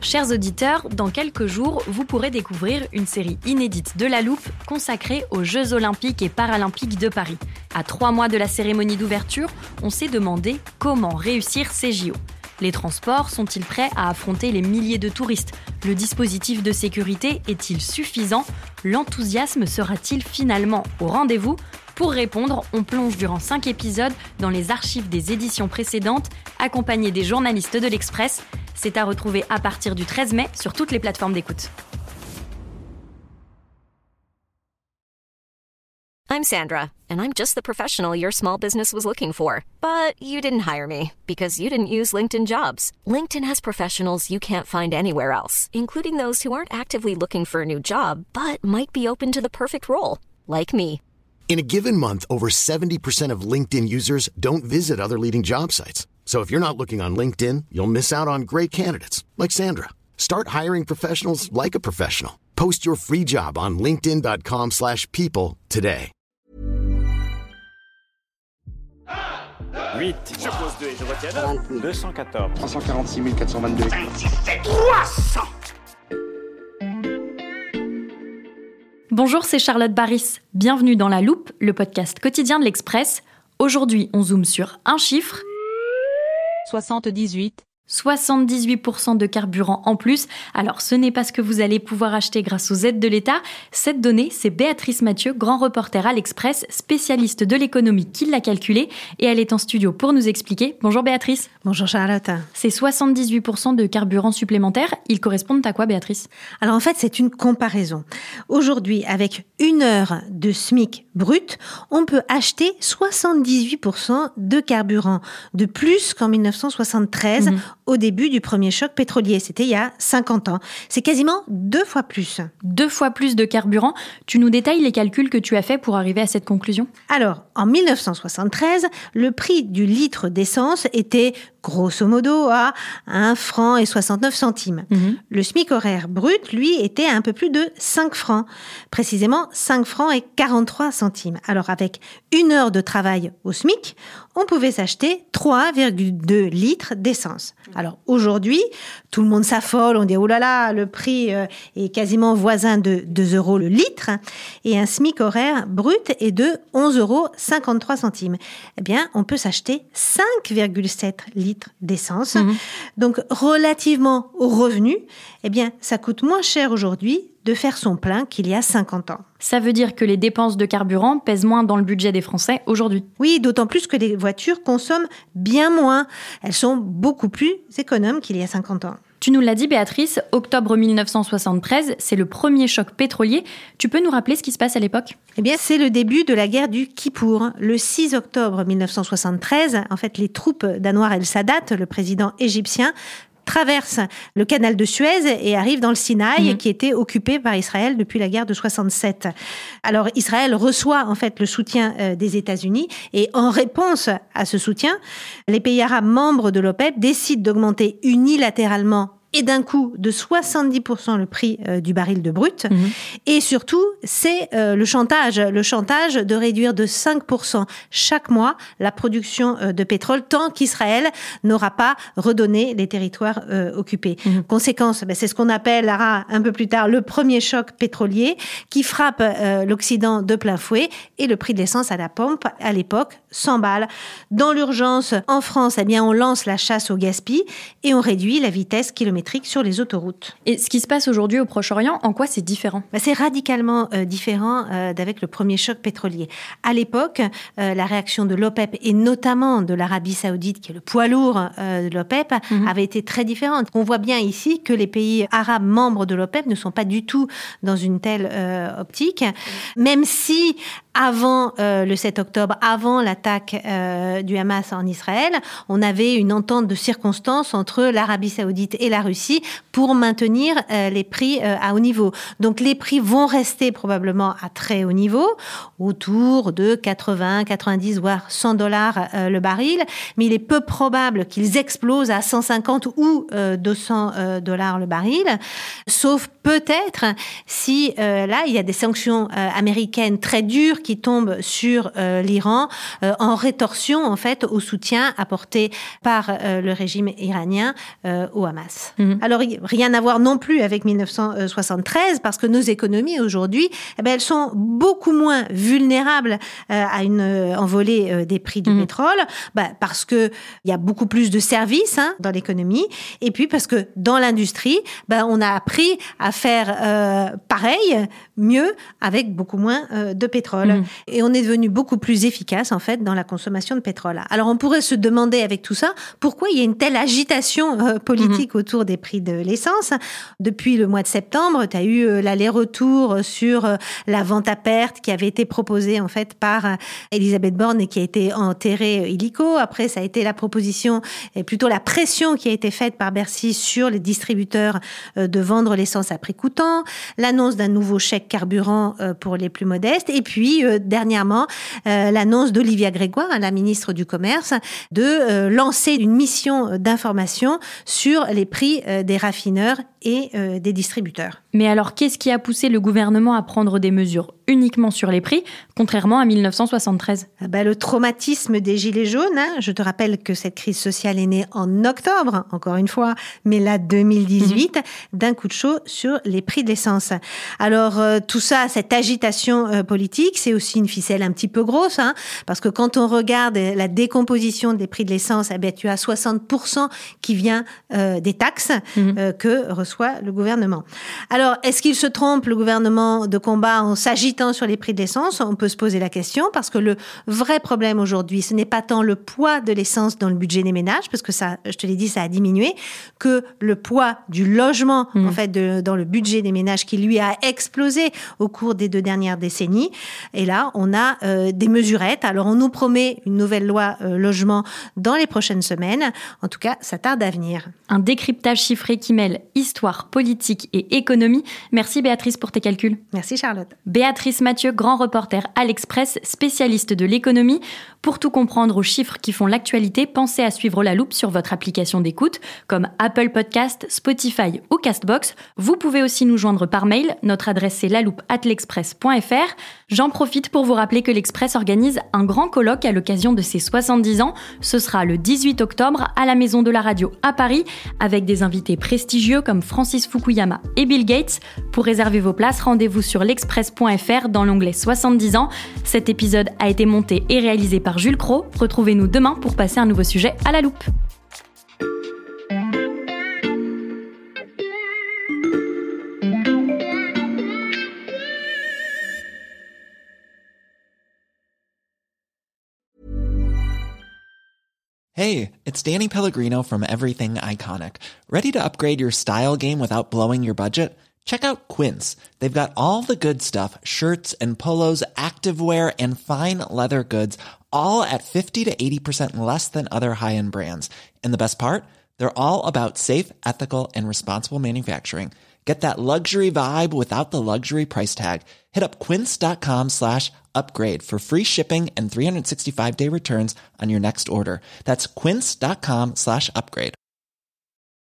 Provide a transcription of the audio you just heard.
Chers auditeurs, dans quelques jours, vous pourrez découvrir une série inédite de La Loupe consacrée aux Jeux Olympiques et Paralympiques de Paris. À 3 mois de la cérémonie d'ouverture, on s'est demandé comment réussir ces JO. Les transports sont-ils prêts à affronter les milliers de touristes ? Le dispositif de sécurité est-il suffisant ? L'enthousiasme sera-t-il finalement au rendez-vous ? Pour répondre, on plonge durant 5 épisodes dans les archives des éditions précédentes, accompagnés des journalistes de l'Express. C'est à retrouver à partir du 13 mai sur toutes les plateformes d'écoute. I'm Sandra, and I'm just the professional your small business was looking for. But you didn't hire me because you didn't use LinkedIn Jobs. LinkedIn has professionals you can't find anywhere else, including those who aren't actively looking for a new job, but might be open to the perfect role, like me. In a given month, over 70% of LinkedIn users don't visit other leading job sites. So if you're not looking on LinkedIn, you'll miss out on great candidates like Sandra. Start hiring professionals like a professional. Post your free job on linkedin.com/people today. 8. Je pose 2 et je retiens 9. 214. 346 422. 300. Bonjour, c'est Charlotte Baris. Bienvenue dans La Loupe, le podcast quotidien de l'Express. Aujourd'hui, on zoome sur un chiffre. 78% de carburant en plus. Alors, ce n'est pas ce que vous allez pouvoir acheter grâce aux aides de l'État. Cette donnée, c'est Béatrice Mathieu, grand reporter à l'Express, spécialiste de l'économie, qui l'a calculée. Et elle est en studio pour nous expliquer. Bonjour Béatrice. Bonjour Charlotte. Ces 78% de carburant supplémentaire, ils correspondent à quoi Béatrice ? Alors en fait, c'est une comparaison. Aujourd'hui, avec 1 heure de SMIC brut, on peut acheter 78% de carburant de plus qu'en 1973, au début du premier choc pétrolier. C'était il y a 50 ans. C'est quasiment 2 fois plus. 2 fois plus de carburant. Tu nous détailles les calculs que tu as faits pour arriver à cette conclusion ? Alors, en 1973, le prix du litre d'essence était grosso modo à 1 franc et 69 centimes. Le SMIC horaire brut, lui, était à un peu plus de 5 francs. Précisément 5 francs et 43 centimes. Alors, avec 1 heure de travail au SMIC, on pouvait s'acheter 3,2 litres d'essence. Alors, aujourd'hui, tout le monde s'affole, on dit « Oh là là, le prix est quasiment voisin de 2 euros le litre ». Et un SMIC horaire brut est de 11,53 €. Eh bien, on peut s'acheter 5,7 litres d'essence. Donc, relativement aux revenus, eh bien, ça coûte moins cher aujourd'hui de faire son plein qu'il y a 50 ans. Ça veut dire que les dépenses de carburant pèsent moins dans le budget des Français aujourd'hui. Oui, d'autant plus que les voitures consomment bien moins. Elles sont beaucoup plus économes qu'il y a 50 ans. Tu nous l'as dit Béatrice, octobre 1973, c'est le premier choc pétrolier. Tu peux nous rappeler ce qui se passe à l'époque ? Eh bien, c'est le début de la guerre du Kippour. Le 6 octobre 1973, en fait, les troupes d'Anwar el-Sadat, le président égyptien, traverse le canal de Suez et arrive dans le Sinaï, qui était occupé par Israël depuis la guerre de 67. Alors, Israël reçoit en fait le soutien des États-Unis et en réponse à ce soutien, les pays arabes membres de l'OPEP décident d'augmenter unilatéralement et d'un coup de 70% le prix du baril de brut. Et surtout, c'est le chantage de réduire de 5% chaque mois la production de pétrole tant qu'Israël n'aura pas redonné les territoires occupés. Conséquence, c'est ce qu'on appellera un peu plus tard le premier choc pétrolier qui frappe l'Occident de plein fouet et le prix de l'essence à la pompe, à l'époque, 100 balles. Dans l'urgence, en France, eh bien, on lance la chasse au gaspille et on réduit la vitesse kilométrique sur les autoroutes. Et ce qui se passe aujourd'hui au Proche-Orient, en quoi c'est différent ? C'est radicalement différent d'avec le premier choc pétrolier. À l'époque, la réaction de l'OPEP et notamment de l'Arabie Saoudite, qui est le poids lourd de l'OPEP, avait été très différente. On voit bien ici que les pays arabes membres de l'OPEP ne sont pas du tout dans une telle optique, même si avant le 7 octobre, avant l'attaque du Hamas en Israël, on avait une entente de circonstances entre l'Arabie Saoudite et la Russie pour maintenir les prix à haut niveau. Donc les prix vont rester probablement à très haut niveau, autour de 80, 90, voire 100 dollars le baril, mais il est peu probable qu'ils explosent à 150 ou 200 dollars le baril, sauf peut-être si là, il y a des sanctions américaines très dures qui tombe sur l'Iran en rétorsion en fait au soutien apporté par le régime iranien au Hamas. Alors rien à voir non plus avec 1973 parce que nos économies aujourd'hui, elles sont beaucoup moins vulnérables à une envolée des prix du pétrole, parce que il y a beaucoup plus de services dans l'économie, et puis parce que dans l'industrie, on a appris à faire pareil, mieux, avec beaucoup moins de pétrole. Et on est devenu beaucoup plus efficace, en fait, dans la consommation de pétrole. Alors, on pourrait se demander avec tout ça, pourquoi il y a une telle agitation politique autour des prix de l'essence. Depuis le mois de septembre, tu as eu l'aller-retour sur la vente à perte qui avait été proposée, en fait, par Elisabeth Borne et qui a été enterrée illico. Après, ça a été la proposition, et plutôt la pression qui a été faite par Bercy sur les distributeurs de vendre l'essence à prix coûtant, l'annonce d'un nouveau chèque carburant pour les plus modestes, et puis dernièrement l'annonce d'Olivia Grégoire, la ministre du Commerce, de lancer une mission d'information sur les prix des raffineurs et des distributeurs. Mais alors, qu'est-ce qui a poussé le gouvernement à prendre des mesures uniquement sur les prix, contrairement à 1973 ? Le traumatisme des Gilets jaunes. Je te rappelle que cette crise sociale est née en octobre, encore une fois, mais là, 2018, d'un coup de chaud sur les prix de l'essence. Alors, tout ça, cette agitation politique, c'est aussi une ficelle un petit peu grosse, parce que quand on regarde la décomposition des prix de l'essence, tu as 60% qui vient des taxes que reçoit le gouvernement. Alors, est-ce qu'il se trompe, le gouvernement, de combat en s'agitant sur les prix de l'essence ? On peut se poser la question, parce que le vrai problème aujourd'hui, ce n'est pas tant le poids de l'essence dans le budget des ménages, parce que ça, je te l'ai dit, ça a diminué, que le poids du logement, en fait, dans le budget des ménages, qui lui a explosé au cours des 2 dernières décennies. Et là, on a des mesurettes. Alors, on nous promet une nouvelle loi logement dans les prochaines semaines. En tout cas, ça tarde à venir. Un décryptage chiffré qui mêle histoire, politique et économie. Merci Béatrice pour tes calculs. Merci Charlotte. Béatrice Mathieu, grand reporter à l'Express, spécialiste de l'économie. Pour tout comprendre aux chiffres qui font l'actualité, pensez à suivre La Loupe sur votre application d'écoute, comme Apple Podcast, Spotify ou Castbox. Vous pouvez aussi nous joindre par mail. Notre adresse c'est laloupe@l'express.fr. J'en profite pour vous rappeler que l'Express organise un grand colloque à l'occasion de ses 70 ans. Ce sera le 18 octobre à la Maison de la Radio à Paris, avec des invités prestigieux comme Francis Fukuyama et Bill Gates. Pour réserver vos places, rendez-vous sur l'express.fr dans l'onglet 70 ans. Cet épisode a été monté et réalisé par Jules Cros. Retrouvez-nous demain pour passer un nouveau sujet à la loupe. Hey, it's Danny Pellegrino from Everything Iconic. Ready to upgrade your style game without blowing your budget? Check out Quince. They've got all the good stuff, shirts and polos, activewear, and fine leather goods, all at 50 to 80% less than other high-end brands. And the best part? They're all about safe, ethical, and responsible manufacturing. Get that luxury vibe without the luxury price tag. Hit up quince.com/upgrade for free shipping and 365-day returns on your next order. That's quince.com/upgrade.